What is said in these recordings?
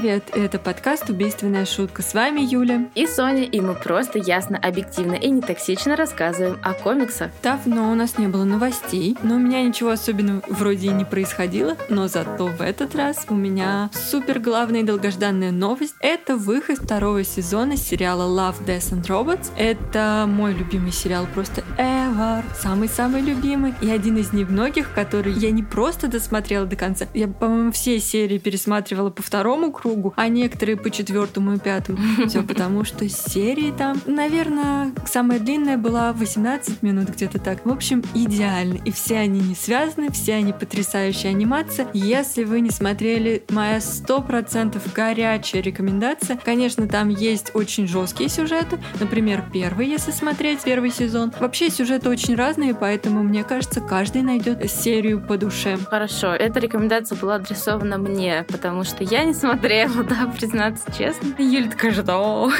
привет! Это подкаст «Убийственная шутка». С вами Юля и Соня, и мы просто ясно, объективно и нетоксично рассказываем о комиксах. Давно у нас не было новостей, но у меня ничего особенного вроде и не происходило, но зато в этот раз у меня супер главная и долгожданная новость. Это выход второго сезона сериала Love, Death and Robots. Это мой любимый сериал просто ever, самый-самый любимый, и один из немногих, который я не просто досмотрела до конца, я, по-моему, все серии пересматривала по второму кругу, а некоторые по четвертому и пятому. Все потому, что серии там, наверное, самая длинная была 18 минут, где-то так. В общем, идеально. И все они не связаны, все они потрясающая анимация. Если вы не смотрели, моя 100% горячая рекомендация. Конечно, там есть очень жесткие сюжеты. Например, первый, если смотреть первый сезон. Вообще сюжеты очень разные, поэтому, мне кажется, каждый найдет серию по душе. Хорошо, эта рекомендация была адресована мне, потому что я не смотрела, да, признаться честно. Юля такая же,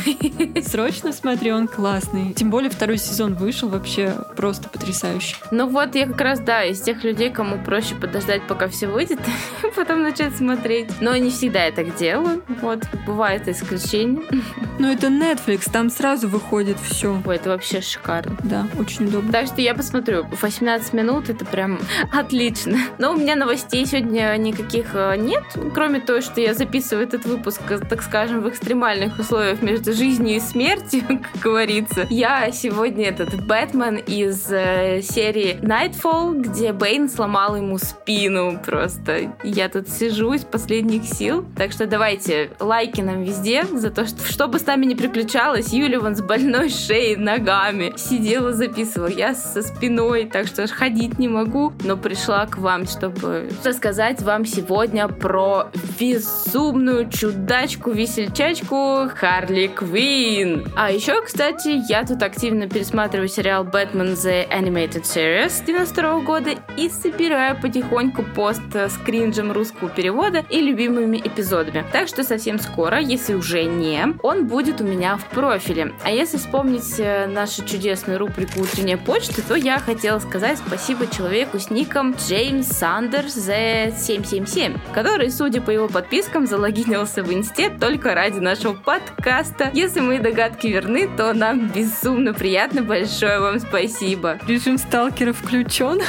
срочно смотри, он классный. Тем более второй сезон вышел, вообще просто потрясающий. Ну вот, я как раз, да, из тех людей, кому проще подождать, пока все выйдет, и потом начать смотреть. Но не всегда я так делаю, вот, бывает исключение. Но это Netflix, там сразу выходит все. Ой, это вообще шикарно. Да, очень удобно. Так что я посмотрю. 18 минут, это прям отлично. Но у меня новостей сегодня никаких нет, кроме того, что я записываю этот выпуск, так скажем, в экстремальных условиях между жизнью и смертью, как говорится. Я сегодня этот Бэтмен из серии Nightfall, где Бэйн сломал ему спину просто. Я тут сижу из последних сил. Так что давайте лайки нам везде за то, что бы с нами ни приключалось. Юля вон с больной шеей, ногами сидела, записывала. Я со спиной, так что ходить не могу, но пришла к вам, чтобы рассказать вам сегодня про безумную чудачку-весельчачку Харли Квинн. А еще, кстати, я тут активно пересматриваю сериал Batman The Animated Series 92 года и собираю потихоньку пост с кринжем русского перевода и любимыми эпизодами. Так что совсем скоро, если уже не, он будет у меня в профиле. А если вспомнить нашу чудесную рубрику «Утренняя почта», то я хотела сказать спасибо человеку с ником James Sanders The 777, который, судя по его подпискам, залогинился в инсте только ради нашего подкаста. Если мои догадки верны, то нам безумно приятно. Большое вам спасибо. Режим сталкера включен.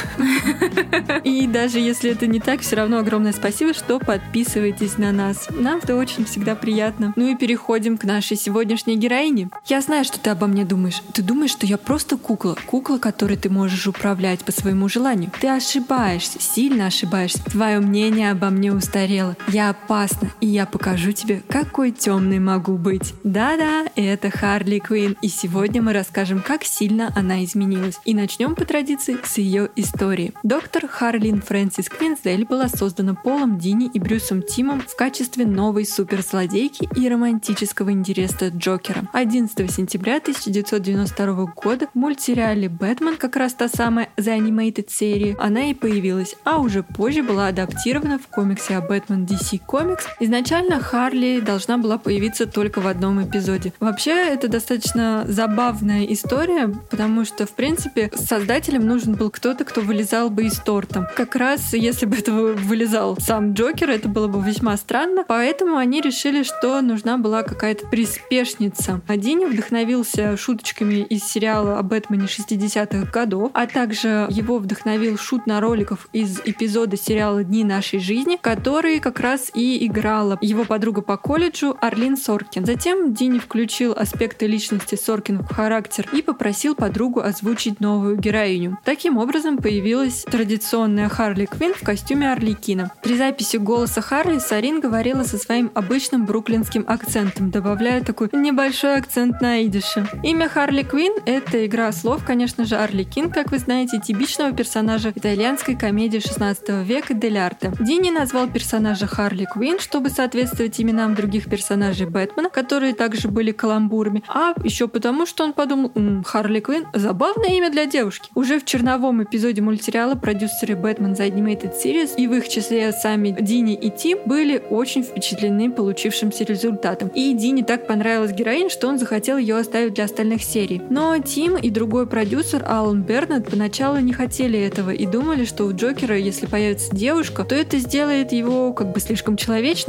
И даже если это не так, все равно огромное спасибо, что подписываетесь на нас. Нам это очень всегда приятно. Ну и переходим к нашей сегодняшней героине. Я знаю, что ты обо мне думаешь. Ты думаешь, что я просто кукла. Кукла, которой ты можешь управлять по своему желанию. Ты ошибаешься, сильно ошибаешься. Твое мнение обо мне устарело. Я опасна, и я покажу тебе, какой темной могу быть. Да-да, это Харли Квинн. И сегодня мы расскажем, как сильно она изменилась. И начнем по традиции с ее истории. Доктор Харлин Фрэнсис Квинсдейл была создана Полом Дини и Брюсом Тимом в качестве новой суперзлодейки и романтического интереса Джокера. 11 сентября 1992 года в мультсериале «Бэтмен», как раз та самая The Animated серия, она и появилась, а уже позже была адаптирована в комиксе о Бэтмен DC Comics. Изначально Харли должна была появиться только в одном эпизоде. Вообще, это достаточно забавная история, потому что, в принципе, создателям нужен был кто-то, кто вылезал бы из торта. Как раз, если бы этого вылезал сам Джокер, это было бы весьма странно, поэтому они решили, что нужна была какая-то приспешница. Дини вдохновился шуточками из сериала о Бэтмене 60-х годов, а также его вдохновил шут на роликов из эпизода сериала «Дни нашей жизни», который как раз и играла его подруга по колледжу Арлин Соркин. Затем Дини включил аспекты личности Соркин в характер и попросил подругу озвучить новую героиню. Таким образом появилась традиционная Харли Квинн в костюме Арлекина. При записи голоса Харли Сарин говорила со своим обычным бруклинским акцентом, добавляя такой небольшой акцент на идише. Имя Харли Квинн — это игра слов, конечно же, Арлекин, как вы знаете, типичного персонажа итальянской комедии 16 века Дель Арте. Дини назвал персонажа Харли Квинн, чтобы соответствовать именам других персонажей Бэтмена, которые также были каламбурами, а еще потому, что он подумал, Харли Квинн — забавное имя для девушки. Уже в черновом эпизоде мультсериала продюсеры Batman The Animated Series, и в их числе сами Дини и Тим, были очень впечатлены получившимся результатом. И Дини так понравилась героиня, что он захотел ее оставить для остальных серий. Но Тим и другой продюсер Алан Бернетт поначалу не хотели этого и думали, что у Джокера, если появится девушка, то это сделает его как бы слишком человечным, что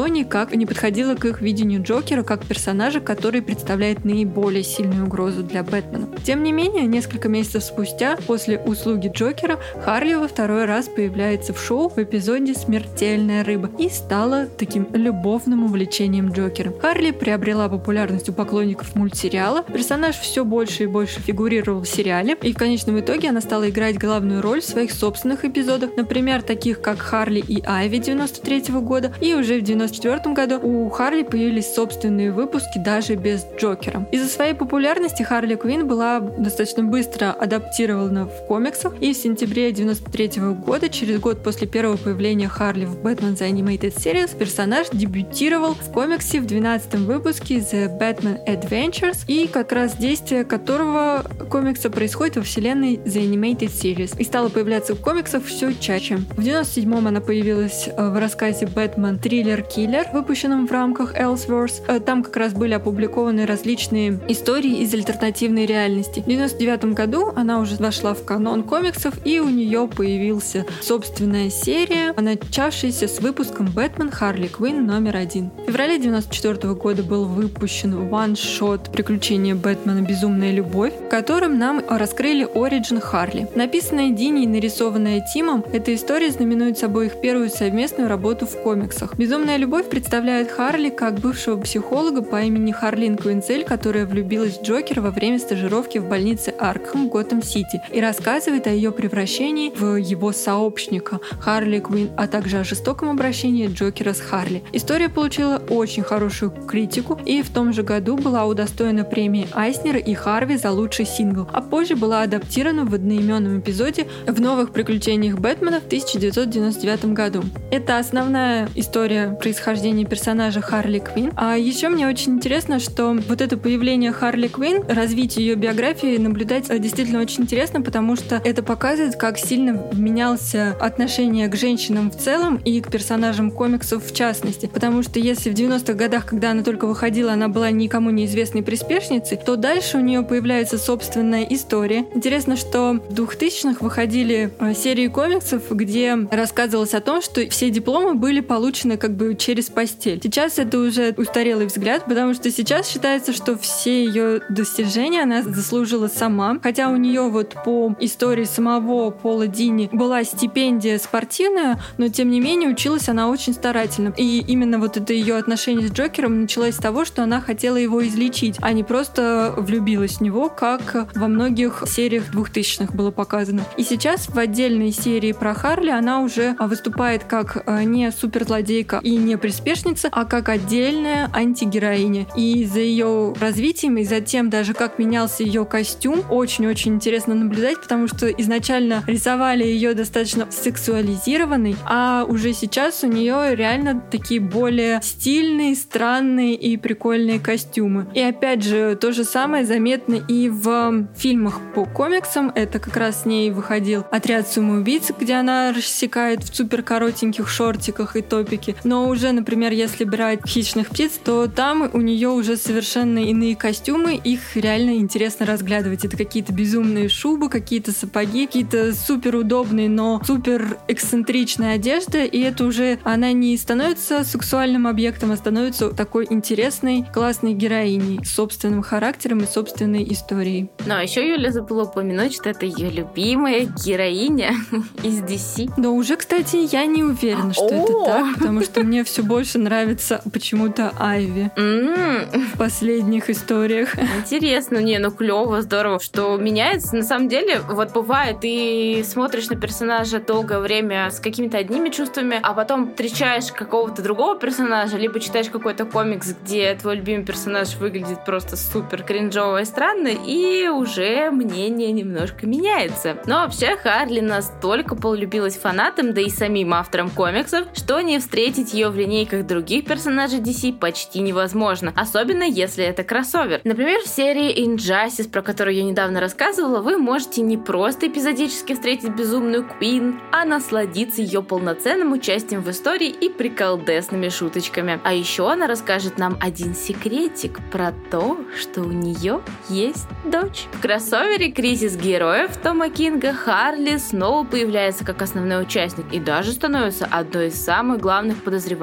что никак не подходило к их видению Джокера как персонажа, который представляет наиболее сильную угрозу для Бэтмена. Тем не менее, несколько месяцев спустя, после услуги Джокера, Харли во второй раз появляется в шоу в эпизоде «Смертельная рыба» и стала таким любовным увлечением Джокера. Харли приобрела популярность у поклонников мультсериала, персонаж все больше и больше фигурировал в сериале, и в конечном итоге она стала играть главную роль в своих собственных эпизодах, например, таких как «Харли и Айви» 93 года, и уже в 94 году у Харли появились собственные выпуски даже без Джокера. Из-за своей популярности Харли Квинн была достаточно быстро адаптирована в комиксах, и в сентябре 93 года, через год после первого появления Харли в Batman The Animated Series, персонаж дебютировал в комиксе в 12-м выпуске The Batman Adventures, и как раз действие которого комикса происходит во вселенной The Animated Series, и стала появляться в комиксах все чаще. В 97-м она появилась в рассказе «Бэтмен. Триллер-киллер», выпущенном в рамках Elseworlds. Там как раз были опубликованы различные истории из альтернативной реальности. В 99 году она уже вошла в канон комиксов, и у нее появился собственная серия, начавшаяся с выпуском «Бэтмен. Харли Квинн номер 1». В феврале 94 года был выпущен one-shot «Приключения Бэтмена. Безумная любовь», в котором нам раскрыли оригин Харли. Написанная Дини и нарисованная Тимом, эта история знаменует собой их первую совместную работу в комиксах. «Безумная любовь» представляет Харли как бывшего психолога по имени Харлин Квинцель, которая влюбилась в Джокера во время стажировки в больнице Аркхэм в Готэм-Сити, и рассказывает о ее превращении в его сообщника Харли Квинн, а также о жестоком обращении Джокера с Харли. История получила очень хорошую критику, и в том же году была удостоена премии Айснера и Харви за лучший сингл, а позже была адаптирована в одноименном эпизоде в «Новых приключениях Бэтмена» в 1999 году. Это основная история происхождения персонажа Харли Квинн. А еще мне очень интересно, что вот это появление Харли Квинн, развитие ее биографии наблюдать действительно очень интересно, потому что это показывает, как сильно менялся отношение к женщинам в целом и к персонажам комиксов в частности. Потому что если в 90-х годах, когда она только выходила, она была никому неизвестной приспешницей, то дальше у нее появляется собственная история. Интересно, что в 2000-х выходили серии комиксов, где рассказывалось о том, что все дипломы были получены как бы через постель. Сейчас это уже устарелый взгляд, потому что сейчас считается, что все ее достижения она заслужила сама. Хотя у нее вот по истории самого Пола Дини была стипендия спортивная, но тем не менее училась она очень старательно. И именно вот это ее отношение с Джокером началось с того, что она хотела его излечить, а не просто влюбилась в него, как во многих сериях 2000-х было показано. И сейчас в отдельной серии про Харли она уже выступает как не суперзлодейка и не приспешница, а как отдельная антигероиня. И за ее развитием, и за тем даже, как менялся ее костюм, очень-очень интересно наблюдать, потому что изначально рисовали ее достаточно сексуализированной, а уже сейчас у нее реально такие более стильные, странные и прикольные костюмы. И опять же, то же самое заметно и в фильмах по комиксам. Это как раз с ней выходил «Отряд самоубийц», где она рассекает в супер коротеньких шортиках и топике. Но уже, например, если брать «Хищных птиц», то там у нее уже совершенно иные костюмы, их реально интересно разглядывать. Это какие-то безумные шубы, какие-то сапоги, какие-то супер удобные, но супер эксцентричная одежда, и это уже она не становится сексуальным объектом, а становится такой интересной, классной героиней с собственным характером и собственной историей. Ну, а еще Юля забыла упомянуть, что это ее любимая героиня из DC. Да уже, кстати, я не уверена, что это так, потому что мне все больше нравится почему-то Айви в последних историях. Интересно, клево, здорово, что меняется. На самом деле, вот бывает, ты смотришь на персонажа долгое время с какими-то одними чувствами, а потом встречаешь какого-то другого персонажа, либо читаешь какой-то комикс, где твой любимый персонаж выглядит просто супер кринжово и странно, и уже мнение немножко меняется. Но вообще Харли настолько полюбилась фанатам, да и самим авторам комиксов, что не встретить ее в линейках других персонажей DC почти невозможно, особенно если это кроссовер. Например, в серии Injustice, про которую я недавно рассказывала, вы можете не просто эпизодически встретить безумную Квин, а насладиться ее полноценным участием в истории и приколдесными шуточками. А еще она расскажет нам один секретик про то, что у нее есть дочь. В кроссовере «Кризис героев» Тома Кинга Харли снова появляется как основной участник и даже становится одной из самых главных подозреваемых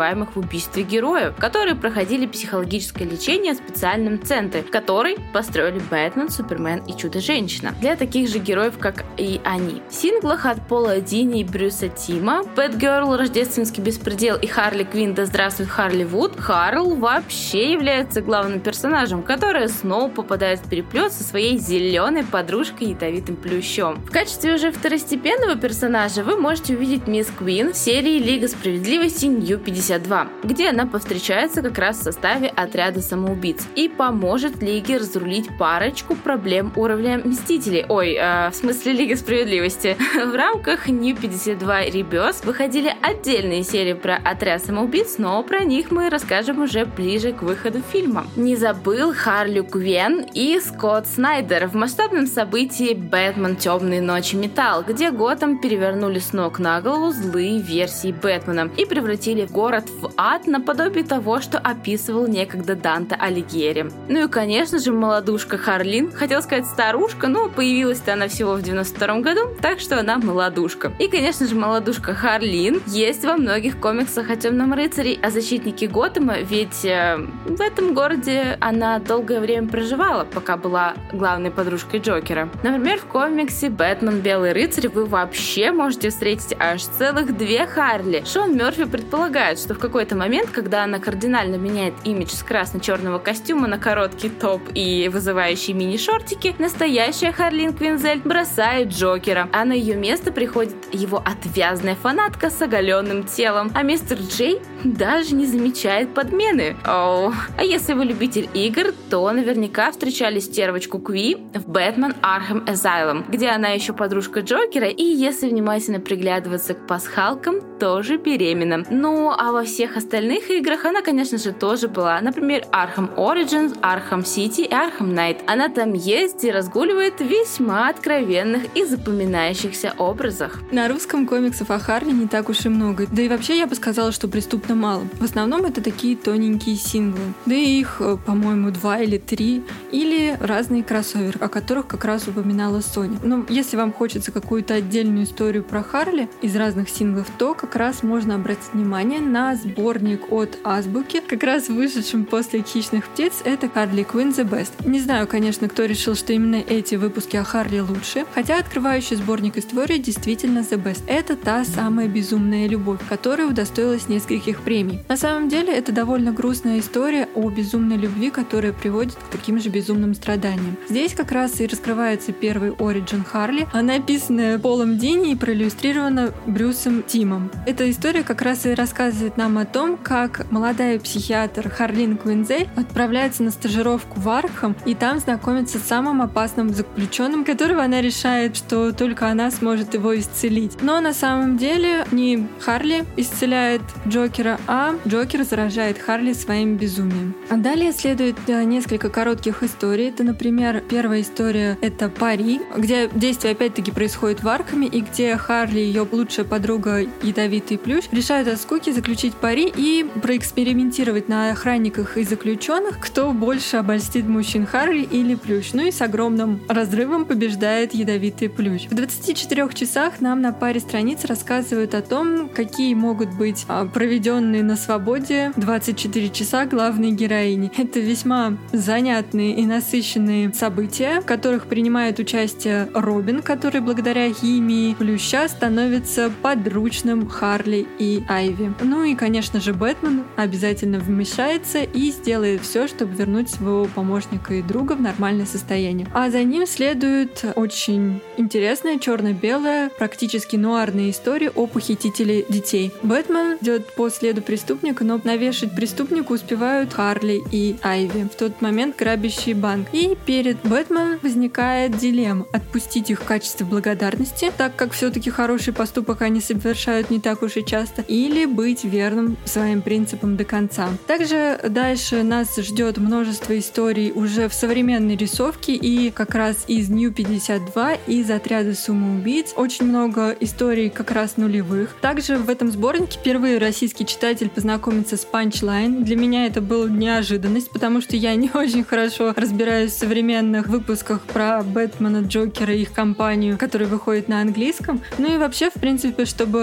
подозреваемых в убийстве героев, которые проходили психологическое лечение в специальном центре, который построили Бэтмен, Супермен и Чудо-женщина для таких же героев, как и они. В синглах от Пола Дини и Брюса Тима, Бэтгерл, Рождественский беспредел и Харли Квинн, да здравствует Харливуд, Харл вообще является главным персонажем, которая снова попадает в переплет со своей зеленой подружкой Ядовитым Плющом. В качестве уже второстепенного персонажа вы можете увидеть Мисс Квин в серии Лига справедливости New 52, где она повстречается как раз в составе отряда самоубийц и поможет Лиге разрулить парочку проблем уровня Мстителей. В смысле Лиги справедливости. В рамках New 52 Rebirth выходили отдельные серии про отряд самоубийц, но про них мы расскажем уже ближе к выходу фильма. Не забыл Харли Квинн и Скотт Снайдер в масштабном событии «Бэтмен. Темные ночи. Металл», где Готэм перевернули с ног на голову злые версии Бэтмена и превратили город в ад наподобие того, что описывал некогда Данте Алигьери. Ну и, конечно же, молодушка Харлин, хотел сказать старушка, но появилась-то она всего в 92 году, так что она молодушка. И, конечно же, молодушка Харлин есть во многих комиксах о Темном рыцаре, о защитнике Готэма, ведь в этом городе она долгое время проживала, пока была главной подружкой Джокера. Например, в комиксе «Бэтмен. Белый рыцарь» вы вообще можете встретить аж целых 2 Харли. Шон Мёрфи предполагает, что в какой-то момент, когда она кардинально меняет имидж с красно-черного костюма на короткий топ и вызывающие мини-шортики, настоящая Харлин Квинзель бросает Джокера, а на ее место приходит его отвязная фанатка с оголенным телом, а мистер Джей даже не замечает подмены. А если вы любитель игр, то наверняка встречали стервочку Кви в «Бэтмен Архем Asylum», где она еще подружка Джокера, и если внимательно приглядываться к пасхалкам, тоже беременна. Ну, а во всех остальных играх она, конечно же, тоже была. Например, Arkham Origins, Arkham City и Arkham Knight. Она там есть и разгуливает в весьма откровенных и запоминающихся образах. На русском комиксов о Харли не так уж и много. Да и вообще я бы сказала, что преступно мало. В основном это такие тоненькие синглы. Да и их, по-моему, 2 или 3. Или разные кроссоверы, о которых как раз упоминала Соня. Но если вам хочется какую-то отдельную историю про Харли из разных синглов, то как раз можно обратить внимание на сборник от Азбуки, как раз вышедшим после «Хищных птиц». Это Harley Quinn The Best. Не знаю, конечно, кто решил, что именно эти выпуски о Харли лучше, хотя открывающий сборник истории действительно The Best. Это та самая безумная любовь, которая удостоилась нескольких премий. На самом деле, это довольно грустная история о безумной любви, которая приводит к таким же безумным страданиям. Здесь как раз и раскрывается первый оригин Харли, она написанная Полом Дини и проиллюстрирована Брюсом Тимом. Эта история как раз и рассказывает нам о том, как молодая психиатр Харлин Квинзель отправляется на стажировку в Архам и там знакомится с самым опасным заключенным, которого она решает, что только она сможет его исцелить. Но на самом деле не Харли исцеляет Джокера, а Джокер заражает Харли своим безумием. А далее следует несколько коротких историй. Это, например, первая история — это «Пари», где действие опять-таки происходит в Архаме, и где Харли и ее лучшая подруга Ядовитый Плющ решают от скуки заключить пари и проэкспериментировать на охранниках и заключенных, кто больше обольстит мужчин, Харли или Плющ. Ну и с огромным разрывом побеждает Ядовитый Плющ. В 24 часах нам на паре страниц рассказывают о том, какие могут быть проведенные на свободе 24 часа главной героини. Это весьма занятные и насыщенные события, в которых принимает участие Робин, который благодаря химии Плюща становится подручным Харли и Айви. Ну и, конечно же, Бэтмен обязательно вмешается и сделает все, чтобы вернуть своего помощника и друга в нормальное состояние. А за ним следует очень интересная черно-белая, практически нуарная история о похитителе детей. Бэтмен идет по следу преступника, но навешать преступнику успевают Харли и Айви, в тот момент грабящий банк. И перед Бэтменом возникает дилемма: отпустить их в качестве благодарности, так как все-таки хороший поступок они совершают не так уж и часто, или быть верным своим принципам до конца. Также дальше нас ждет множество историй уже в современной рисовке и как раз из New 52, из отряда самоубийц. Очень много историй как раз нулевых. Также в этом сборнике впервые российский читатель познакомится с Punchline. Для меня это была неожиданность, потому что я не очень хорошо разбираюсь в современных выпусках про Бэтмена, Джокера и их компанию, которые выходят на английском. Ну и вообще, в принципе, чтобы отлично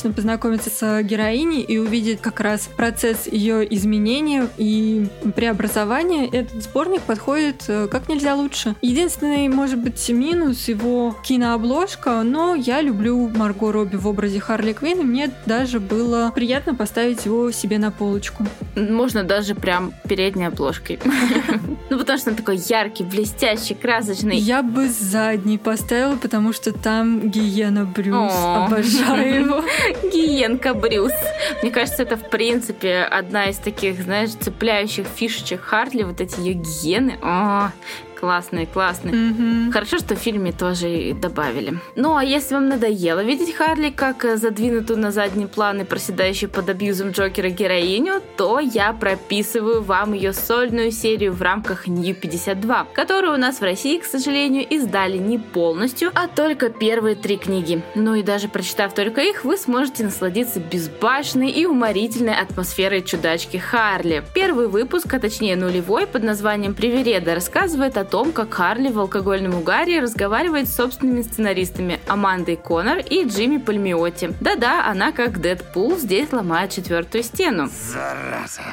отлично познакомиться с героиней и увидеть как раз процесс ее изменения и преобразования, этот сборник подходит как нельзя лучше. Единственный, может быть, минус его кинообложка, но я люблю Марго Робби в образе Харли Квинн, и мне даже было приятно поставить его себе на полочку. Можно даже прям передней обложкой. Ну, потому что он такой яркий, блестящий, красочный. Я бы задний поставила, потому что там Гиена Брюс. Обожаю его. Гиенка Брюс. Мне кажется, это, в принципе, одна из таких, знаешь, цепляющих фишечек Харли, вот эти ее гиены. Классные. Хорошо, что в фильме тоже и добавили. Ну, а если вам надоело видеть Харли как задвинутую на задний план и проседающую под абьюзом Джокера героиню, то я прописываю вам ее сольную серию в рамках New 52, которую у нас в России, к сожалению, издали не полностью, а только первые 3 книги. Ну и даже прочитав только их, вы сможете насладиться безбашенной и уморительной атмосферой чудачки Харли. Первый выпуск, а точнее нулевой, под названием «Привереда», рассказывает о том, как Харли в алкогольном угаре разговаривает с собственными сценаристами Амандой Коннор и Джимми Пальмиотти. Да-да, она как Дэдпул здесь ломает 4-ю стену. Зараза.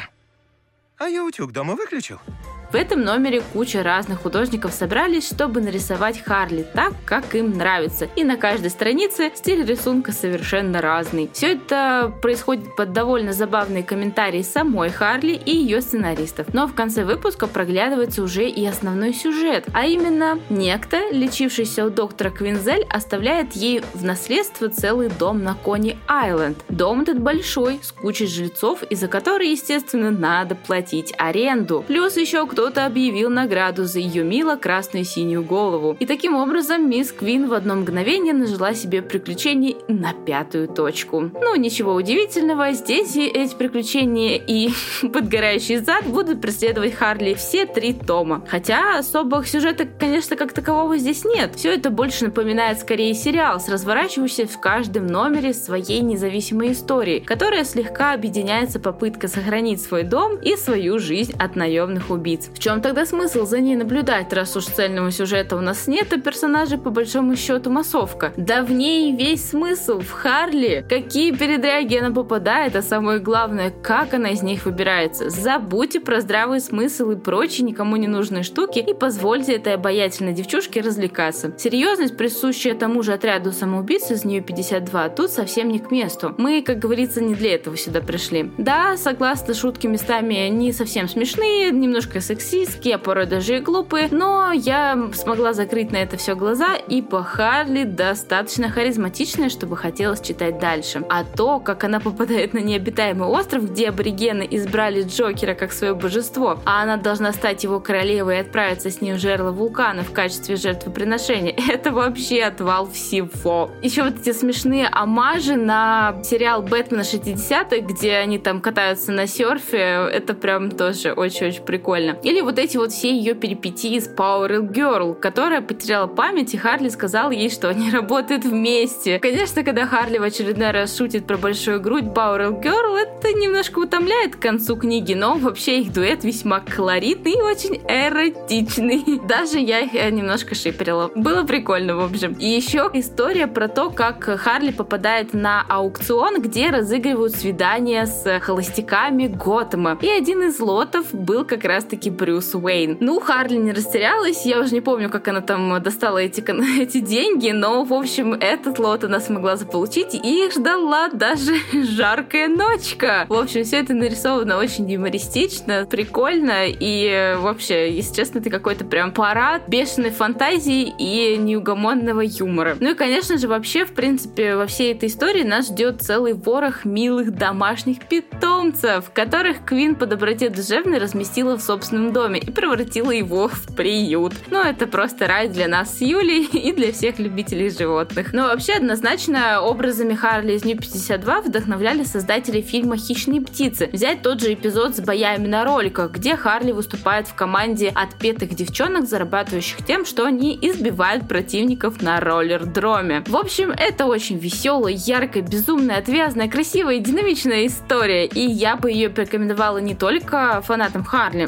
А я утюг дома выключил. В этом номере куча разных художников собрались, чтобы нарисовать Харли так, как им нравится. И на каждой странице стиль рисунка совершенно разный. Все это происходит под довольно забавные комментарии самой Харли и ее сценаристов. Но в конце выпуска проглядывается уже и основной сюжет. А именно, некто, лечившийся у доктора Квинзель, оставляет ей в наследство целый дом на Кони-Айленд. Дом этот большой, с кучей жильцов, и за который, естественно, надо платить аренду. Плюс еще кто-то объявил награду за ее мило-красную синюю голову. И таким образом мисс Квин в одно мгновение нажила себе приключений на 5-ю точку. Ну, ничего удивительного, здесь и эти приключения и подгорающий зад будут преследовать Харли все 3 тома. Хотя особых сюжетов, конечно, как такового здесь нет. Все это больше напоминает скорее сериал с разворачивающейся в каждом номере своей независимой историей, которая слегка объединяется попыткой сохранить свой дом и свою жизнь от наемных убийц. В чем тогда смысл за ней наблюдать, раз уж цельного сюжета у нас нет, а персонажи по большому счету массовка? Да в ней весь смысл, в Харли. Какие передряги она попадает, а самое главное, как она из них выбирается. Забудьте про здравый смысл и прочие никому не нужные штуки и позвольте этой обаятельной девчушке развлекаться. Серьезность, присущая тому же отряду самоубийц из New 52, тут совсем не к месту. Мы, как говорится, не для этого сюда пришли. Да, согласна, шутки местами не совсем смешные, немножко сексистские, а порой даже и глупые, но я смогла закрыть на это все глаза, и по Харли достаточно харизматичная, чтобы хотелось читать дальше. А то, как она попадает на необитаемый остров, где аборигены избрали Джокера как свое божество, а она должна стать его королевой и отправиться с ним в жерло вулкана в качестве жертвоприношения, это вообще отвал всего. Еще вот эти смешные омажи на сериал Бэтмена 60-х, где они там катаются на серфе, это прям тоже очень-очень прикольно. Или вот эти вот все ее перипетии с Power Girl, которая потеряла память, и Харли сказала ей, что они работают вместе. Конечно, когда Харли в очередной раз шутит про большую грудь Power Girl, это немножко утомляет к концу книги, но вообще их дуэт весьма колоритный и очень эротичный. Даже я их немножко шиперила. Было прикольно, в общем. И еще история про то, как Харли попадает на аукцион, где разыгрывают свидания с холостяками Готэма. И один из лотов был как раз-таки Брюс Уэйн. Ну, Харли не растерялась, я уже не помню, как она там достала эти деньги, но, в общем, этот лот она смогла заполучить, и их ждала даже жаркая ночка. В общем, все это нарисовано очень юмористично, прикольно, и вообще, если честно, это какой-то прям парад бешеной фантазии и неугомонного юмора. Ну и, конечно же, вообще, в принципе, во всей этой истории нас ждет целый ворох милых домашних питомцев, которых Квин по доброте душевной разместила в собственном доме и превратила его в приют. Ну, это просто рай для нас с Юлей и для всех любителей животных. Но вообще, однозначно, образами Харли из New 52 вдохновляли создатели фильма «Хищные птицы». Взять тот же эпизод с боями на роликах, где Харли выступает в команде отпетых девчонок, зарабатывающих тем, что они избивают противников на роллер-дроме. В общем, это очень веселая, яркая, безумная, отвязная, красивая и динамичная история, и я бы ее порекомендовала не только фанатам Харли, но и, например,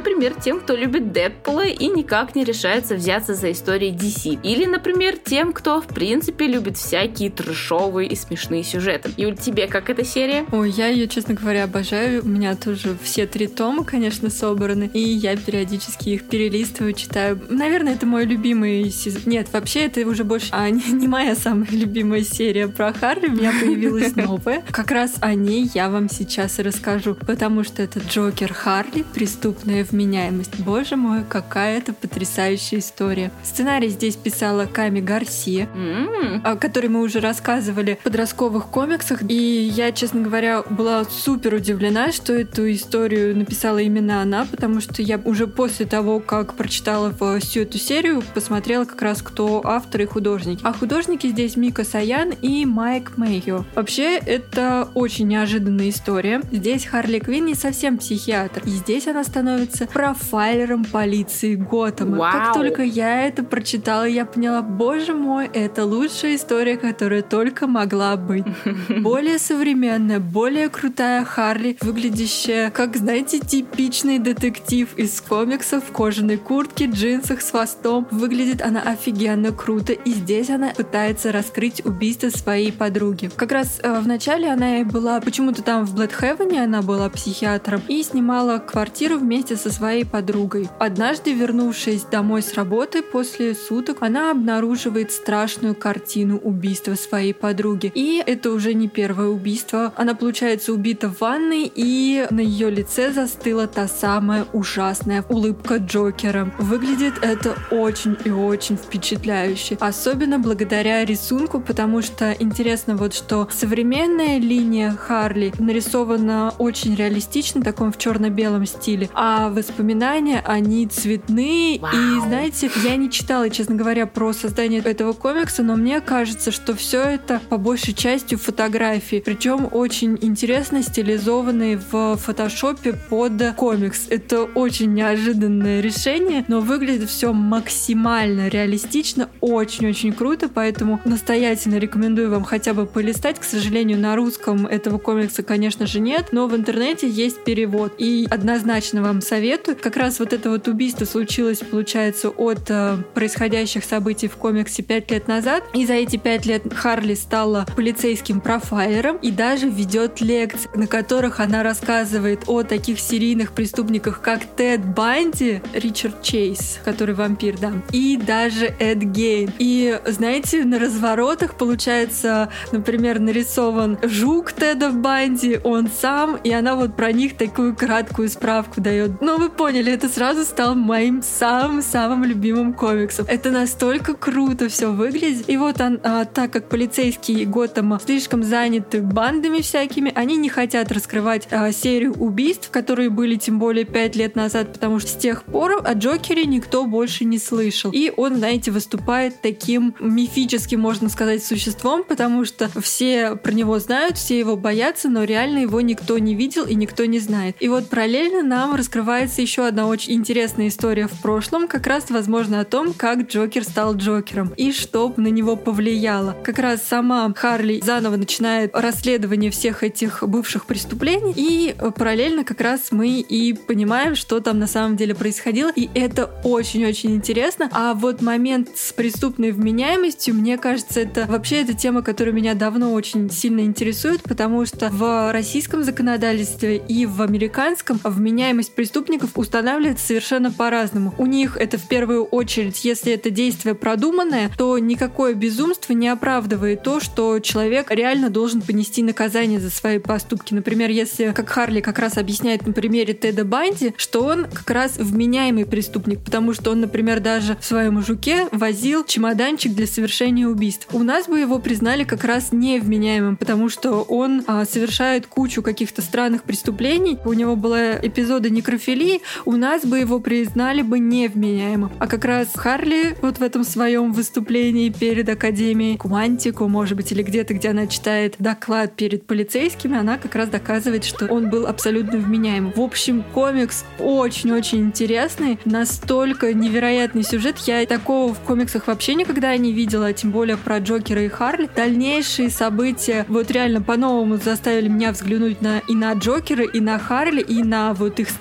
например, тем, кто любит Дэдпула и никак не решается взяться за истории DC. Или, например, тем, кто, в принципе, любит всякие трэшовые и смешные сюжеты. Юль, тебе как эта серия? Ой, я ее, честно говоря, обожаю. У меня тоже все 3 тома, конечно, собраны. И я периодически их перелистываю, читаю. Наверное, это мой любимый сезон. Нет, вообще, это уже больше не моя самая любимая серия про Харли. У меня появилась новая. Как раз о ней я вам сейчас и расскажу. Потому что это Джокер Харли, преступная вменяемость. Боже мой, какая это потрясающая история. Сценарий здесь писала Ками Гарсия, о которой мы уже рассказывали в подростковых комиксах. И я, честно говоря, была супер удивлена, что эту историю написала именно она, потому что я уже после того, как прочитала всю эту серию, посмотрела как раз, кто автор и художник. А художники здесь Мика Саян и Майк Мэйо. Вообще, это очень неожиданная история. Здесь Харли Квинн не совсем психиатр, и здесь она становится профайлером полиции Готэма. Вау. Как только я это прочитала, я поняла, боже мой, это лучшая история, которая только могла быть. Более современная, более крутая Харли, выглядящая, как, знаете, типичный детектив из комиксов, в кожаной куртке, джинсах с хвостом. Выглядит она офигенно круто, и здесь она пытается раскрыть убийство своей подруги. Как раз вначале она и была, почему-то там в Блэдхевене она была психиатром и снимала квартиру вместе со своей подругой. Однажды, вернувшись домой с работы после суток, она обнаруживает страшную картину убийства своей подруги. И это уже не первое убийство. Она, получается, убита в ванной, и на ее лице застыла та самая ужасная улыбка Джокера. Выглядит это очень и очень впечатляюще. Особенно благодаря рисунку, потому что интересно вот, что современная линия Харли нарисована очень реалистично, таком в черно-белом стиле, а воспоминания, они цветные. Вау. И, знаете, я не читала, честно говоря, про создание этого комикса, но мне кажется, что все это по большей части фотографии, причем очень интересно стилизованные в фотошопе под комикс. Это очень неожиданное решение, но выглядит все максимально реалистично, очень-очень круто, поэтому настоятельно рекомендую вам хотя бы полистать. К сожалению, на русском этого комикса, конечно же, нет, но в интернете есть перевод, и однозначно вам советую. Как раз вот это вот убийство случилось, получается, от происходящих событий в комиксе 5 лет назад, и за эти 5 лет Харли стала полицейским профайлером и даже ведет лекции, на которых она рассказывает о таких серийных преступниках, как Тед Банди, Ричард Чейз, который вампир, да, и даже Эд Гейн. И, знаете, на разворотах, получается, например, нарисован жук Теда Банди, он сам, и она вот про них такую краткую справку дает. Ну, вы поняли, это сразу стал моим самым-самым любимым комиксом. Это настолько круто все выглядит. И вот так как полицейские Готэма слишком заняты бандами всякими, они не хотят раскрывать серию убийств, которые были тем более 5 лет назад, потому что с тех пор о Джокере никто больше не слышал. И он, знаете, выступает таким мифическим, можно сказать, существом, потому что все про него знают, все его боятся, но реально его никто не видел и никто не знает. И вот параллельно нам раскрывается еще одна очень интересная история в прошлом, как раз, возможно, о том, как Джокер стал Джокером и что на него повлияло. Как раз сама Харли заново начинает расследование всех этих бывших преступлений, и параллельно как раз мы и понимаем, что там на самом деле происходило, и это очень-очень интересно. А вот момент с преступной вменяемостью, мне кажется, это вообще эта тема, которая меня давно очень сильно интересует, потому что в российском законодательстве и в американском вменяемость преступников устанавливается совершенно по-разному. У них это в первую очередь, если это действие продуманное, то никакое безумство не оправдывает то, что человек реально должен понести наказание за свои поступки. Например, если, как Харли как раз объясняет на примере Теда Банди, что он как раз вменяемый преступник, потому что он, например, даже в своем жуке возил чемоданчик для совершения убийств. У нас бы его признали как раз невменяемым, потому что он совершает кучу каких-то странных преступлений. У него была эпизоды некрофилии, у нас бы его признали бы невменяемым. А как раз Харли вот в этом своем выступлении перед Академией Квантику, может быть, или где-то, где она читает доклад перед полицейскими, она как раз доказывает, что он был абсолютно вменяемым. В общем, комикс очень-очень интересный, настолько невероятный сюжет. Я такого в комиксах вообще никогда не видела, тем более про Джокера и Харли. Дальнейшие события вот реально по-новому заставили меня взглянуть и на Джокера, и на Харли, и на вот их становление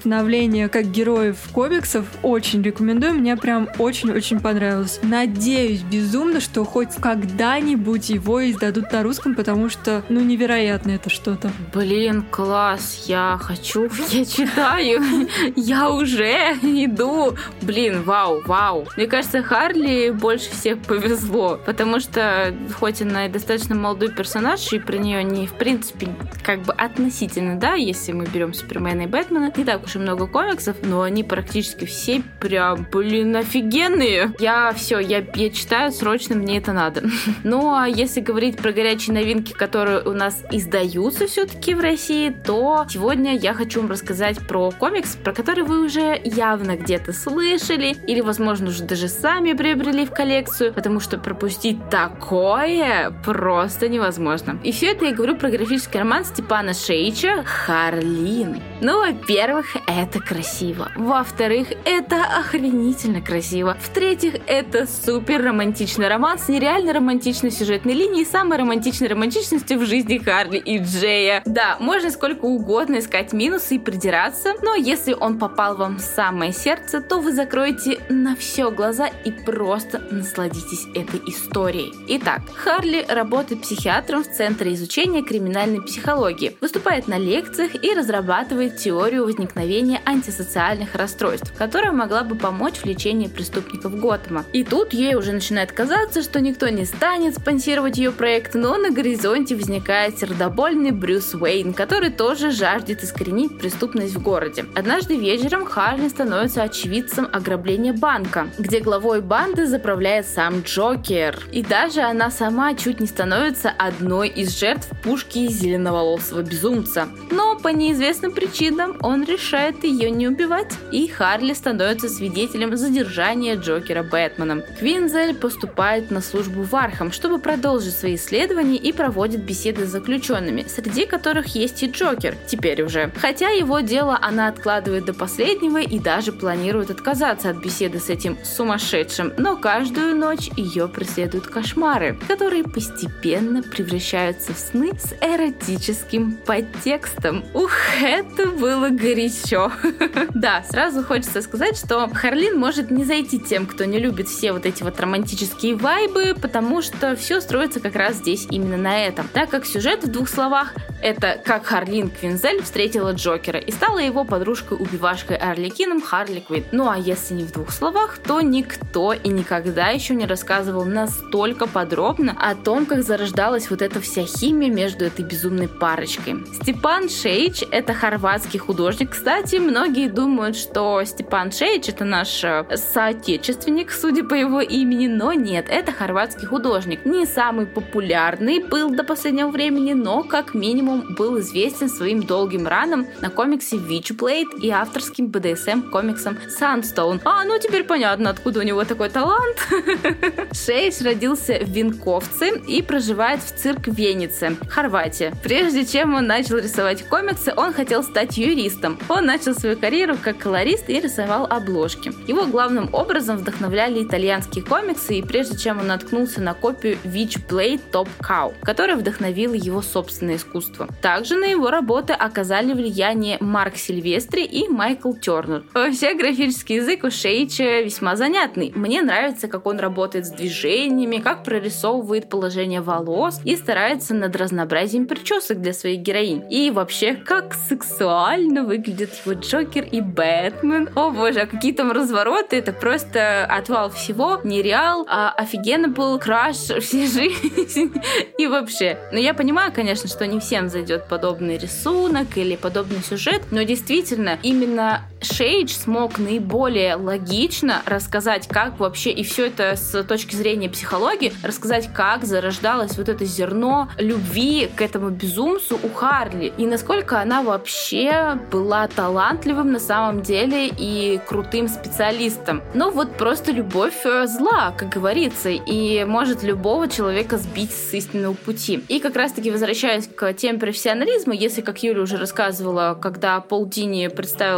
становления как героев комиксов очень рекомендую. Мне прям очень-очень понравилось. Надеюсь безумно, что хоть когда-нибудь его издадут на русском, потому что, невероятно это что-то. Блин, класс, я хочу, я читаю, я уже иду. Блин, вау. Мне кажется, Харли больше всех повезло, потому что, хоть она и достаточно молодой персонаж, и про нее не, в принципе, как бы относительно, да, если мы берем Супермена и Бэтмена, не так уж и много комиксов, но они практически все прям, офигенные. Я читаю, срочно мне это надо. Ну, а если говорить про горячие новинки, которые у нас издаются все-таки в России, то сегодня я хочу вам рассказать про комикс, про который вы уже явно где-то слышали, или, возможно, уже даже сами приобрели в коллекцию, потому что пропустить такое просто невозможно. И все это я говорю про графический роман Степана Шейча «Харлин». Ну, во-первых, это красиво. Во-вторых, это охренительно красиво. В-третьих, это супер романтичный роман с нереально романтичной сюжетной линией, самой романтичной романтичностью в жизни Харли и Джея. Да, можно сколько угодно искать минусы и придираться, но если он попал вам в самое сердце, то вы закроете на все глаза и просто насладитесь этой историей. Итак, Харли работает психиатром в Центре изучения криминальной психологии, выступает на лекциях и разрабатывает теорию возникновения антисоциальных расстройств, которая могла бы помочь в лечении преступников Готэма. И тут ей уже начинает казаться, что никто не станет спонсировать ее проект, но на горизонте возникает сердобольный Брюс Уэйн, который тоже жаждет искоренить преступность в городе. Однажды вечером Харли становится очевидцем ограбления банка, где главой банды заправляет сам Джокер. И даже она сама чуть не становится одной из жертв пушки зеленоволосого безумца. Но по неизвестным причинам он решает ее не убивать, и Харли становится свидетелем задержания Джокера Бэтменом. Квинзель поступает на службу в Архам, чтобы продолжить свои исследования, и проводит беседы с заключенными, среди которых есть и Джокер, теперь уже. Хотя его дело она откладывает до последнего и даже планирует отказаться от беседы с этим сумасшедшим, но каждую ночь ее преследуют кошмары, которые постепенно превращаются в сны с эротическим подтекстом. Ух, это было горячо. Да, сразу хочется сказать, что Харлин может не зайти тем, кто не любит все вот эти вот романтические вайбы, потому что все строится как раз здесь именно на этом. Так как сюжет в двух словах — это как Харлин Квинзель встретила Джокера и стала его подружкой-убивашкой Арлекином Харли Квинн. Ну а если не в двух словах, то никто и никогда еще не рассказывал настолько подробно о том, как зарождалась вот эта вся химия между этой безумной парочкой. Степан Шейч — это хорватский художник. Кстати, многие думают, что Степан Шейч — это наш соотечественник, судя по его имени, но нет, это хорватский художник. Не самый популярный был до последнего времени, но как минимум был известен своим долгим раном на комиксе Witchblade и авторским BDSM комиксом Sunstone. Ну теперь понятно, откуда у него такой талант. Шейч родился в Винковце и проживает в цирк Венеце, Хорватия. Прежде чем он начал рисовать комиксы, он хотел стать юристом. Он начал свою карьеру как колорист и рисовал обложки. Его главным образом вдохновляли итальянские комиксы, и прежде чем он наткнулся на копию Witchblade Top Cow, которая вдохновила его собственное искусство. Также на его работы оказали влияние Марк Сильвестри и Майкл Тернер. Вообще, графический язык у Шейча весьма занятный. Мне нравится, как он работает с движениями, как прорисовывает положение волос и старается над разнообразием причесок для своих героинь. И вообще, как сексуально выглядят его Джокер и Бэтмен. О боже, а какие там развороты, это просто отвал всего, нереал, офигенно был краш всей жизни и вообще. Но я понимаю, конечно, что не всем зайдет подобный рисунок или подобный сюжет, но действительно, именно Шейдж смог наиболее логично рассказать, как вообще, и все это с точки зрения психологии, рассказать, как зарождалось вот это зерно любви к этому безумцу у Харли, и насколько она вообще была талантливым на самом деле и крутым специалистом. Но вот просто любовь зла, как говорится, и может любого человека сбить с истинного пути. И как раз-таки возвращаясь к теме профессионализма, если, как Юля уже рассказывала, когда Пол Дини представил нам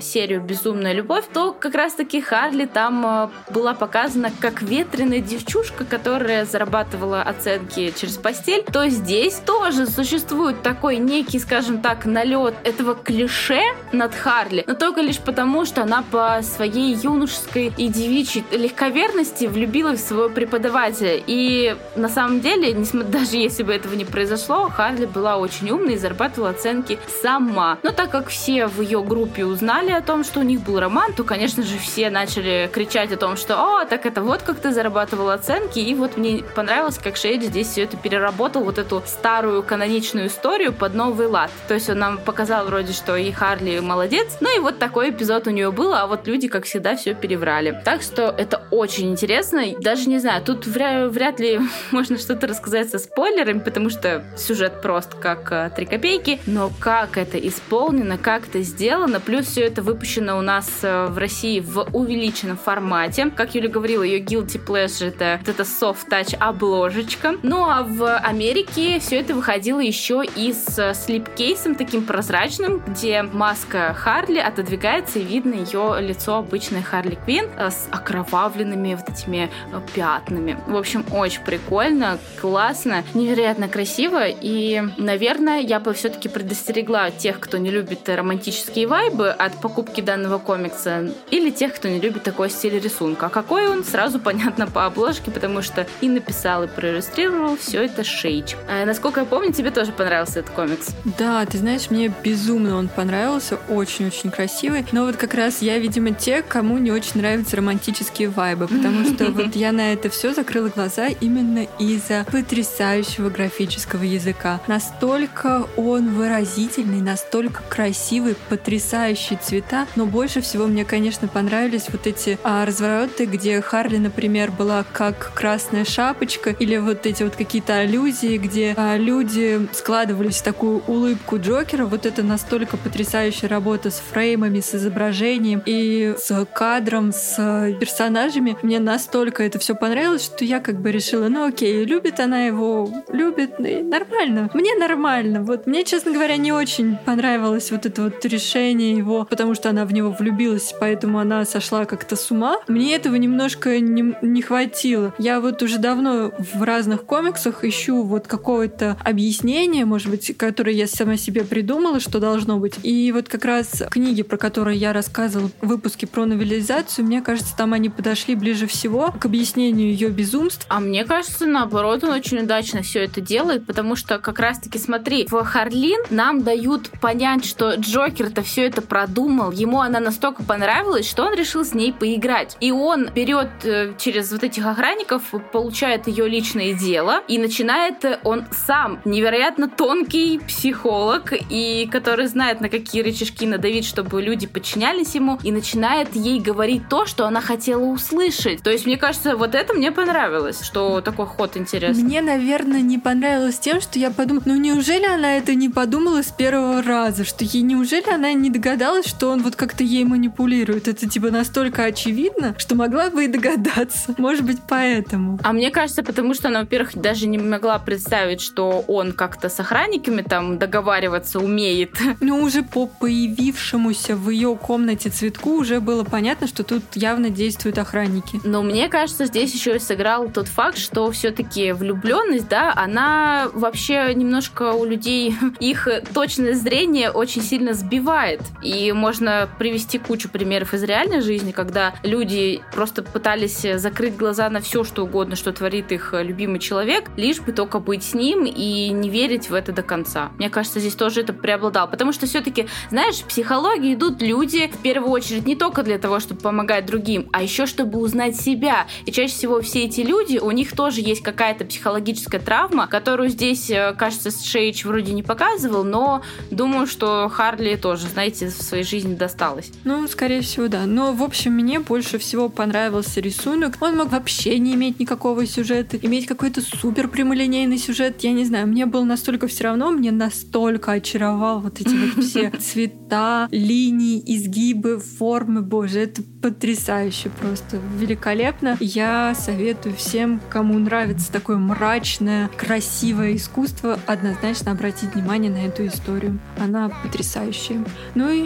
серию «Безумная любовь», то как раз-таки Харли там была показана как ветреная девчушка, которая зарабатывала оценки через постель, то здесь тоже существует такой некий, скажем так, налет этого клише над Харли, но только лишь потому, что она по своей юношеской и девичьей легковерности влюбилась в своего преподавателя. И на самом деле, даже если бы этого не произошло, Харли была очень умной и зарабатывала оценки сама. Но так как все в ее группе узнали о том, что у них был роман, то, конечно же, все начали кричать о том, что «О, так это вот как ты зарабатывала оценки». И вот мне понравилось, как Шейдж здесь все это переработал, вот эту старую каноничную историю под новый лад. То есть он нам показал вроде, что и Харли молодец, ну и вот такой эпизод у нее был, а вот люди, как всегда, все переврали. Так что это очень интересно. Даже не знаю, тут вряд ли можно что-то рассказать со спойлерами, потому что сюжет прост, как 3 копейки, но как это исполнено, как это сделано, плюс все это выпущено у нас в России в увеличенном формате. Как Юля говорила, ее guilty pleasure — это вот эта soft touch обложечка. Ну а в Америке все это выходило еще и с слипкейсом таким прозрачным, где маска Харли отодвигается и видно ее лицо обычной Харли Квинн с окровавленными вот этими пятнами. В общем, очень прикольно, классно, невероятно красиво, и, наверное, я бы все-таки предостерегла тех, кто не любит романтические вайбы от покупки данного комикса, или тех, кто не любит такой стиль рисунка. А какой он, сразу понятно по обложке, потому что и написал, и проиллюстрировал все это Шейдж. Насколько я помню, тебе тоже понравился этот комикс. Да, ты знаешь, мне безумно он понравился, очень-очень красивый, но вот как раз я, видимо, те, кому не очень нравятся романтические вайбы, потому что вот я на это все закрыла глаза именно из-за потрясающего графического языка. Настолько он выразительный, настолько красивый, потрясающие цвета, но больше всего мне, конечно, понравились вот эти развороты, где Харли, например, была как красная шапочка, или вот эти вот какие-то аллюзии, где люди складывались в такую улыбку Джокера. Вот это настолько потрясающая работа с фреймами, с изображением и с кадром, с персонажами. Мне настолько это все понравилось, что я как бы решила, ну окей, любит она его, любит, и нормально. Мне нормально. Вот мне, честно говоря, не очень понравилось вот это вот решение его, потому что она в него влюбилась, поэтому она сошла как-то с ума. Мне этого немножко не хватило. Я вот уже давно в разных комиксах ищу вот какое-то объяснение, может быть, которое я сама себе придумала, что должно быть. И вот как раз книги, про которые я рассказывала в выпуске про новелизацию, мне кажется, там они подошли ближе всего к объяснению ее безумств. А мне кажется, наоборот, он очень удачно все это делает, потому что как раз-таки, смотри, в Харлин нам дают понять, что Джокер-то все это продумал, ему она настолько понравилась, что он решил с ней поиграть. И он берет через вот этих охранников, получает ее личное дело, и начинает он сам невероятно тонкий психолог, и который знает, на какие рычажки надавить, чтобы люди подчинялись ему, и начинает ей говорить то, что она хотела услышать. То есть, мне кажется, вот это мне понравилось, что такой ход интересный. Мне, наверное, не понравилось тем, что я подумала, ну неужели она это не подумала с первого раза, что ей неужели она не догадалась, что он вот как-то ей манипулирует? Это типа настолько очевидно, что могла бы и догадаться. Может быть, поэтому. А мне кажется, потому что она, во-первых, даже не могла представить, что он как-то с охранниками там договариваться умеет. Ну, уже по появившемуся в ее комнате цветку уже было понятно, что тут явно действуют охранники. Но мне кажется, здесь еще и сыграл тот факт, что все-таки влюбленность, да, она вообще немножко у людей их точное зрение очень сильно сбивает. И можно привести кучу примеров из реальной жизни, когда люди просто пытались закрыть глаза на все, что угодно, что творит их любимый человек, лишь бы только быть с ним и не верить в это до конца. Мне кажется, здесь тоже это преобладало. Потому что все-таки, знаешь, в психологии идут люди в первую очередь не только для того, чтобы помогать другим, а еще чтобы узнать себя. И чаще всего все эти люди, у них тоже есть какая-то психологическая травма, которую здесь, кажется, Шейдж вроде не показывал, но думаю, что Харли тоже, знаете, в своей жизни досталось. Ну, скорее всего, да. Но, в общем, мне больше всего понравился рисунок. Он мог вообще не иметь никакого сюжета, иметь какой-то супер прямолинейный сюжет. Я не знаю, мне было настолько все равно, мне настолько очаровал вот эти вот все цвета, линии, изгибы, формы. Боже, это потрясающе просто, великолепно. Я советую всем, кому нравится такое мрачное, красивое искусство, однозначно обратить внимание на эту историю. Она потрясающая. Ну и что,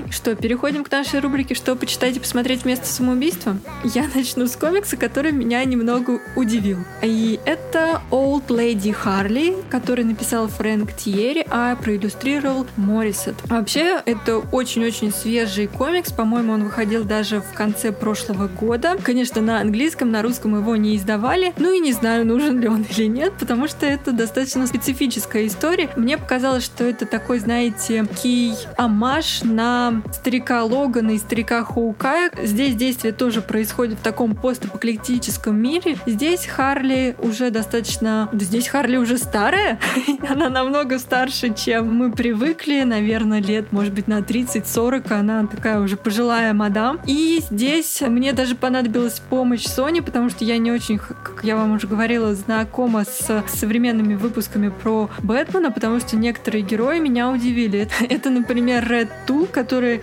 переходим к нашей рубрике «Что почитать и посмотреть вместо самоубийства». Я начну с комикса, который меня немного удивил. И это Old Lady Harley, который написал Фрэнк Тьерри, а проиллюстрировал Моррисет. Вообще, это очень-очень свежий комикс. По-моему, он выходил даже в конце прошлого года. Конечно, на английском, на русском его не издавали. Ну и не знаю, нужен ли он или нет, потому что это достаточно специфическая история. Мне показалось, что это такой, знаете, такой омаж на старика Логана и старика Хоукая. Здесь действие тоже происходит в таком постапокалиптическом мире. Здесь Харли уже достаточно... Здесь Харли уже старая. Она намного старше, чем мы привыкли. Наверное, лет, может быть, на 30-40. Она такая уже пожилая мадам. И здесь мне даже понадобилась помощь Сони, потому что я не очень, как я вам уже говорила, знакома с современными выпусками про Бэтмена, потому что некоторые герои меня удивили. Это, например, Ред Тул, который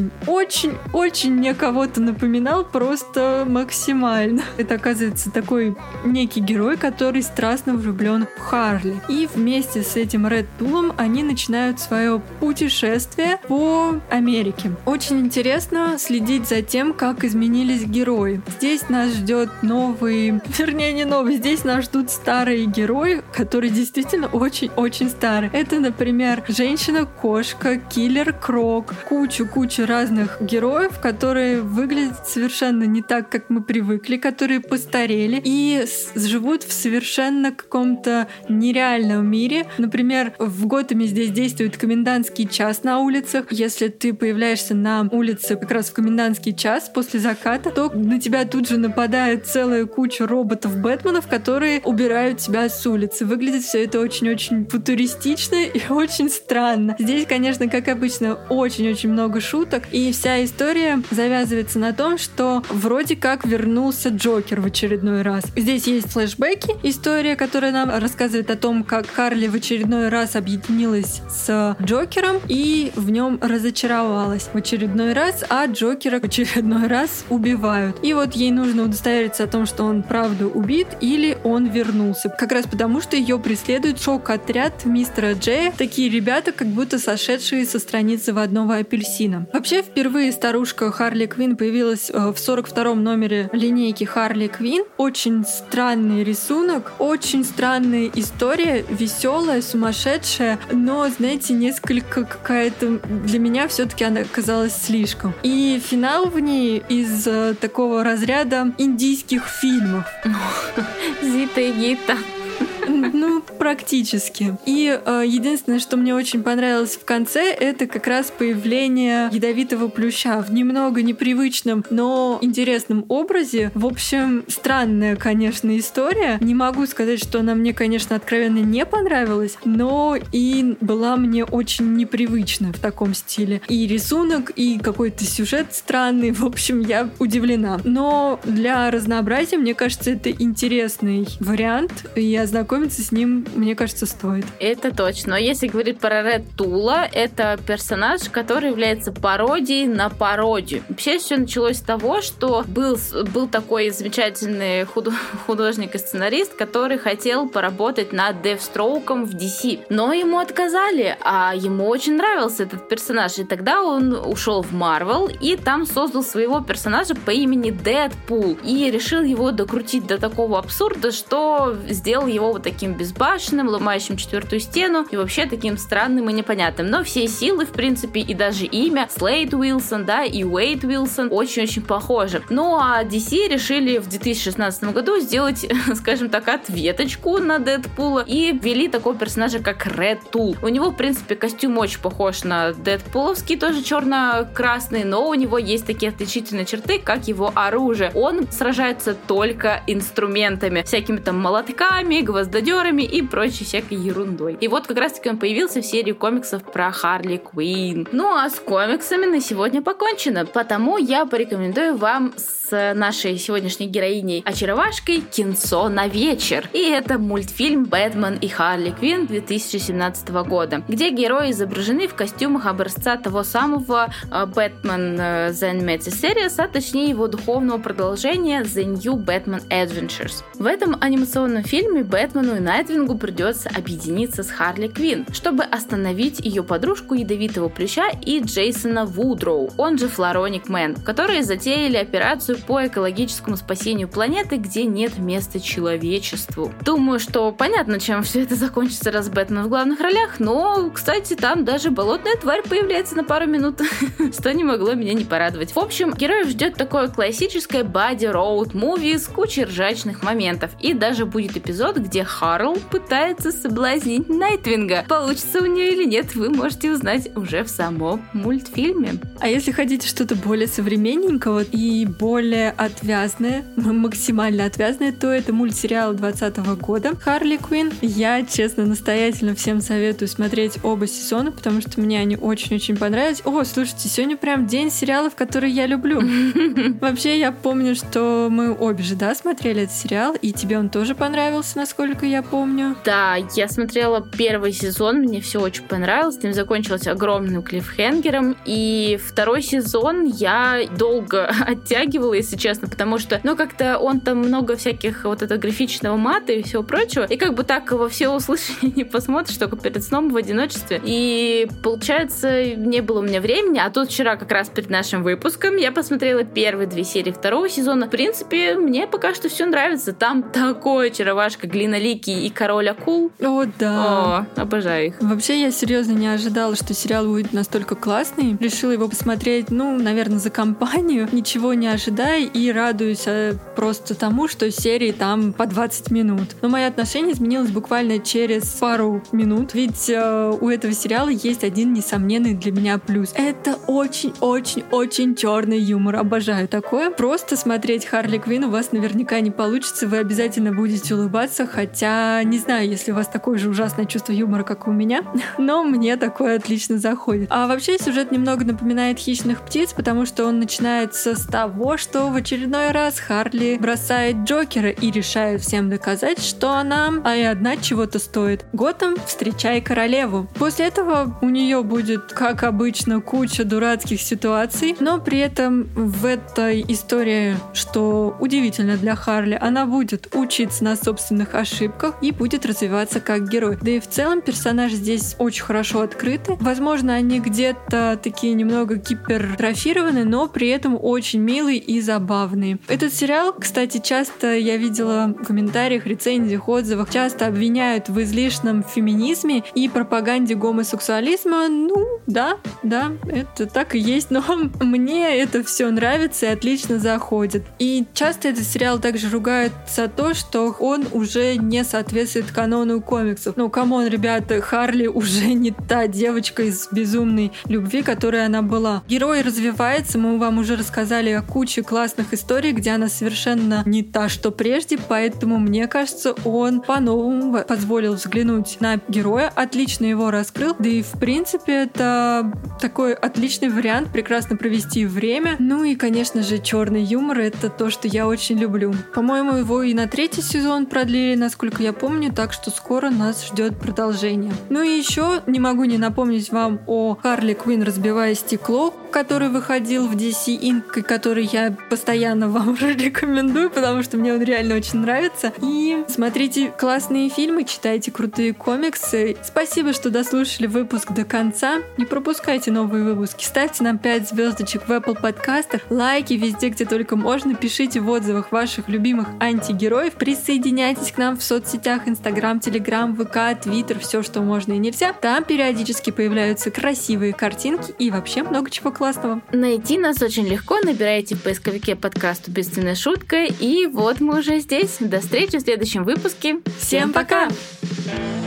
очень мне кого-то напоминал просто максимально. Это, оказывается, такой некий герой, который страстно влюблен в Харли. И вместе с этим Ред Тулом они начинают свое путешествие по Америке. Очень интересно следить за тем, как изменились герои. Здесь нас ждет здесь нас ждут старые герои, которые действительно очень-очень старые. Это, например, Женщина-кошка, Киллер Крок, кучу разных героев, которые выглядят совершенно не так, как мы привыкли, которые постарели и живут в совершенно каком-то нереальном мире. Например, в Готэме здесь действует комендантский час на улицах. Если ты появляешься на улице как раз в комендантский час после заката, то на тебя тут же нападает целая куча роботов-бэтменов, которые убирают тебя с улицы. Выглядит все это очень-очень футуристично и очень странно. Здесь, конечно, как обычно, очень-очень много шуток, и вся история завязывается на том, что вроде как вернулся Джокер в очередной раз. Здесь есть флешбеки, история, которая нам рассказывает о том, как Харли в очередной раз объединилась с Джокером и в нем разочаровалась в очередной раз, а Джокера в очередной раз убивают. И вот ей нужно удостовериться о том, что он правда убит или он вернулся. Как раз потому, что ее преследует шок-отряд мистера Джея. Такие ребята, как будто сошедшие со страницы «Водного апельсина». Вообще, впервые старушка Харли Квинн появилась в 42-м номере линейки Харли Квинн. Очень странный рисунок, очень странная история, веселая, сумасшедшая, но, знаете, несколько какая-то... Для меня все-таки она казалась слишком. И финал в ней из такого разряда индийских фильмов. Зита и Гита. Ну, практически. И единственное, что мне очень понравилось в конце, это как раз появление ядовитого плюща в немного непривычном, но интересном образе. В общем, странная, конечно, история. Не могу сказать, что она мне, конечно, откровенно не понравилась, но и была мне очень непривычна в таком стиле. И рисунок, и какой-то сюжет странный. В общем, я удивлена. Но для разнообразия, мне кажется, это интересный вариант, и ознакомиться с ним, мне кажется, стоит. Это точно. Но если говорить про Ред Тула, это персонаж, который является пародией на пародию. Вообще все началось с того, что был такой замечательный художник и сценарист, который хотел поработать над Девстроуком в DC. Но ему отказали, а ему очень нравился этот персонаж. И тогда он ушел в Marvel и там создал своего персонажа по имени Дэдпул. И решил его докрутить до такого абсурда, что сделал его вот таким безбашенным, ломающим четвертую стену и вообще таким странным и непонятным. Но все силы, в принципе, и даже имя Слейд Уилсон, да, и Уэйд Уилсон очень-очень похожи. Ну а DC решили в 2016 году сделать, скажем так, ответочку на Дэдпула и ввели такого персонажа, как Ред Тул. У него, в принципе, костюм очень похож на Дэдпуловский, тоже черно-красный, но у него есть такие отличительные черты, как его оружие. Он сражается только инструментами, всякими там молотками, гвоздодерами и прочей всякой ерундой. И вот как раз-таки он появился в серии комиксов про Харли Квинн. Ну а с комиксами на сегодня покончено, потому я порекомендую вам с нашей сегодняшней героиней очаровашкой «Кинцо на вечер». И это мультфильм «Бэтмен и Харли Квинн» 2017 года, где герои изображены в костюмах образца того самого «Бэтмен The Animated Series», а точнее его духовного продолжения «The New Batman Adventures». В этом анимационном фильме Бэтмену и Найтвингу придется объединиться с Харли Квинн, чтобы остановить ее подружку Ядовитого Плюща и Джейсона Вудроу, он же Флороник Мэн, которые затеяли операцию по экологическому спасению планеты, где нет места человечеству. Думаю, что понятно, чем все это закончится, раз Бэтмен в главных ролях, но, кстати, там даже болотная тварь появляется на пару минут, что не могло меня не порадовать. В общем, героев ждет такое классическое боди-роуд-муви с кучей ржачных моментов, и даже будет эпизод, где Харл пытается соблазнить Найтвинга. Получится у нее или нет, вы можете узнать уже в самом мультфильме. А если хотите что-то более современненького и более отвязное, максимально отвязное, то это мультсериал 2020 года «Харли Квинн». Я, честно, настоятельно всем советую смотреть оба сезона, потому что мне они очень-очень понравились. О, слушайте, сегодня прям день сериалов, которые я люблю. Вообще, я помню, что мы обе же, да, смотрели этот сериал, и тебе он тоже понравился, насколько я помню. Да, я смотрела первый сезон, мне все очень понравилось, с ним закончился огромным клиффхенгером, и второй сезон я долго оттягивала, если честно, потому что, как-то он там много всяких вот этого графичного мата и всего прочего, и как бы так во всеуслышание не посмотришь, только перед сном в одиночестве, и получается, не было у меня времени, а тут вчера как раз перед нашим выпуском я посмотрела первые 2 серии второго сезона. В принципе, мне пока что все нравится, там такой очаровашка Глиноликий и Король Акул. О, да. О, обожаю их. Вообще, я серьезно не ожидала, что сериал будет настолько классный. Решила его посмотреть, наверное, за компанию, ничего не ожидая, и радуюсь просто тому, что серии там по 20 минут. Но мое отношение изменилось буквально через пару минут, ведь у этого сериала есть один несомненный для меня плюс. Это очень-очень-очень черный юмор. Обожаю такое. Просто смотреть Харли Квинн у вас наверняка не получится, вы обязательно будете улыбаться, хотя не знаю, если у вас такое же ужасное чувство юмора, как и у меня, но мне такое отлично заходит. А вообще сюжет немного напоминает «Хищных птиц», потому что он начинается с того, что в очередной раз Харли бросает Джокера и решает всем доказать, что она и одна чего-то стоит. Готэм, встречай королеву. После этого у нее будет, как обычно, куча дурацких ситуаций, но при этом в этой истории, что удивительно для Харли, она будет учиться на собственных ошибках и будет развиваться как герой. Да и в целом персонажи здесь очень хорошо открыты. Возможно, они где-то такие немного гипертрофированы, но при этом очень милые и забавные. Этот сериал, кстати, часто я видела в комментариях, рецензиях, отзывах, часто обвиняют в излишнем феминизме и пропаганде гомосексуализма. Да, это так и есть, но мне это все нравится и отлично заходит. И часто этот сериал также ругают за то, что он уже не соответствует канону комиксов. Камон, ребята, Харли уже не та девочка из безумной любви, которой она была. Герой развивается, мы вам уже рассказали о куче классных историй, где она совершенно не та, что прежде, поэтому, мне кажется, он по-новому позволил взглянуть на героя, отлично его раскрыл, да и, в принципе, это такой отличный вариант прекрасно провести время. И, конечно же, черный юмор — это то, что я очень люблю. По-моему, его и на 3-й сезон продлили, насколько я помню, так что скоро нас ждет продолжение. И еще не могу не напомнить вам о Харли Квинн «Разбивая стекло», который выходил в DC Ink, и который я постоянно вам рекомендую, потому что мне он реально очень нравится. И смотрите классные фильмы, читайте крутые комиксы. Спасибо, что дослушали выпуск до конца. Не пропускайте новые выпуски. Ставьте нам 5 звездочек в Apple подкастах, лайки везде, где только можно. Пишите в отзывах ваших любимых антигероев. Присоединяйтесь к нам в соцсетях Instagram, Telegram, ВК, Twitter, все, что можно и нельзя. Там периодически появляются красивые картинки и вообще много чего классного. Найти нас очень легко. Набирайте в поисковике подкаст «Убийственная шутка». И вот мы уже здесь. До встречи в следующем выпуске. Всем пока! Пока!